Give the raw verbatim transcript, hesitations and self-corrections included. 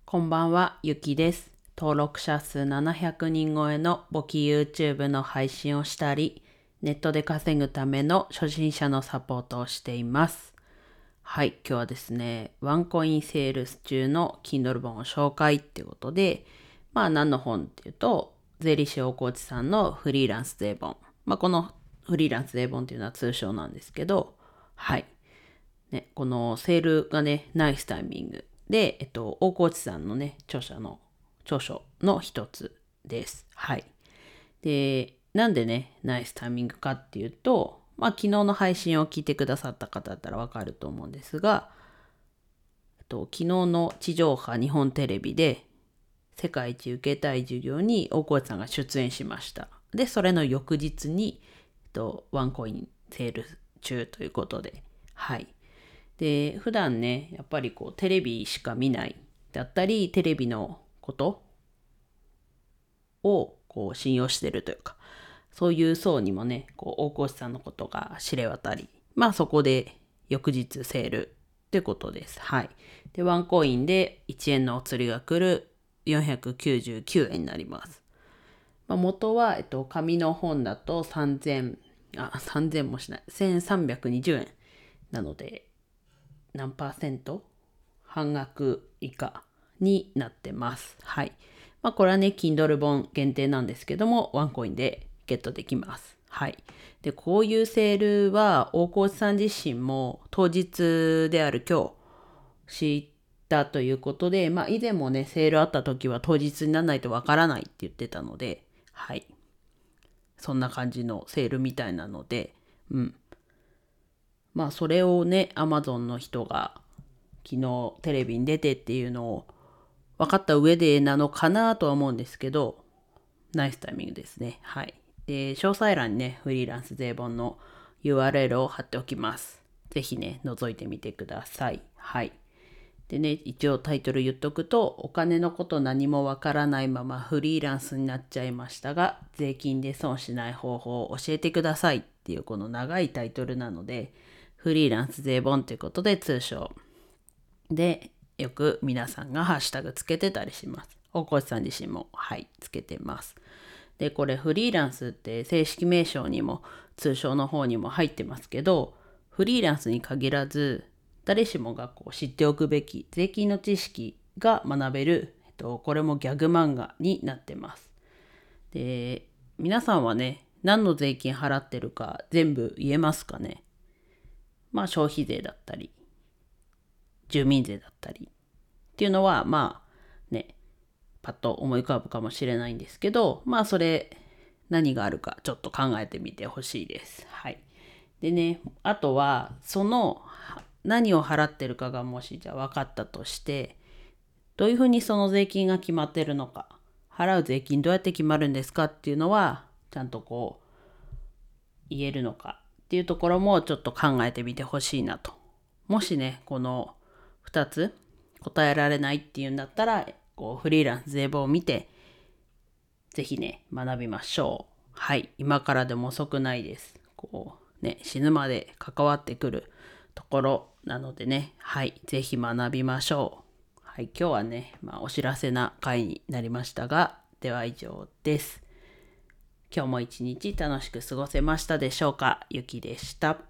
こんばんは、ゆきです。登録者数ななひゃくにん超えの簿記 YouTube の配信をしたり、ネットで稼ぐための初心者のサポートをしています。はい、今日はですね、ワンコインセールス中の Kindle 本を紹介っていうことで、まあ何の本っていうと、税理士大河内さんのフリーランス税本。まあこのフリーランス税本っていうのは通称なんですけど、はい。ね、このセールがね、ナイスタイミングで、えっと、大河内さんのね、著者の、著書の一つです。はい。で、なんでね、ナイスタイミングかっていうと、まあ、昨日の配信を聞いてくださった方だったらわかると思うんですが、えっと、昨日の地上波日本テレビで、世界一受けたい授業に大河内さんが出演しました。で、それの翌日に、えっと、ワンコインセール中ということで、はい。で、普段ね、やっぱりこうテレビしか見ないだったり、テレビのことをこう信用してるというか、そういう層にもね、こう大河内さんのことが知れ渡り、まあそこで翌日セールってことです。はい。で、ワンコインでいちえんのお釣りが来るよんひゃくきゅうじゅうきゅうえんになります。まあ、元は、えっと、紙の本だとさんぜん、あ、さんぜんもしない、せんさんびゃくにじゅうえんなので、何パーセント半額以下になってます。はい。まあこれはね、Kindle 本限定なんですけども、ワンコインでゲットできます。はい。で、こういうセールは大河内さん自身も当日である今日知ったということで、まあ以前もね、セールあった時は当日にならないとわからないって言ってたので、はい。そんな感じのセールみたいなので、うん。まあそれをね、Amazon の人が昨日テレビに出てっていうのを分かった上でなのかなとは思うんですけど、ナイスタイミングですね。はい。で、詳細欄にね、フリーランス税本の ユーアールエル を貼っておきます。ぜひね、覗いてみてください。はい。でね、一応タイトル言っとくと、お金のこと何もわからないままフリーランスになっちゃいましたが、税金で損しない方法を教えてくださいっていうこの長いタイトルなので、フリーランス税本ということで通称でよく皆さんがハッシュタグつけてたりします。大越さん自身もはいつけてます。でこれフリーランスって正式名称にも通称の方にも入ってますけど、フリーランスに限らず誰しもがこう知っておくべき税金の知識が学べる、えっと、これもギャグ漫画になってます。で皆さんはね、何の税金払ってるか全部言えますかね。まあ消費税だったり住民税だったりっていうのはまあね、パッと思い浮かぶかもしれないんですけど、まあそれ何があるかちょっと考えてみてほしいです。はい。でね、あとはその何を払ってるかがもしじゃあ分かったとして、どういうふうにその税金が決まってるのか、払う税金どうやって決まるんですかっていうのはちゃんとこう言えるのかっていうところもちょっと考えてみてほしいなと。もしね、このふたつ答えられないっていうんだったら、こうフリーランス税本を見て、ぜひね、学びましょう。はい、今からでも遅くないです。こうね、死ぬまで関わってくるところなのでね、はい、ぜひ学びましょう。はい、今日はね、まあ、お知らせな回になりましたが、では以上です。今日も一日楽しく過ごせましたでしょうか。ゆきでした。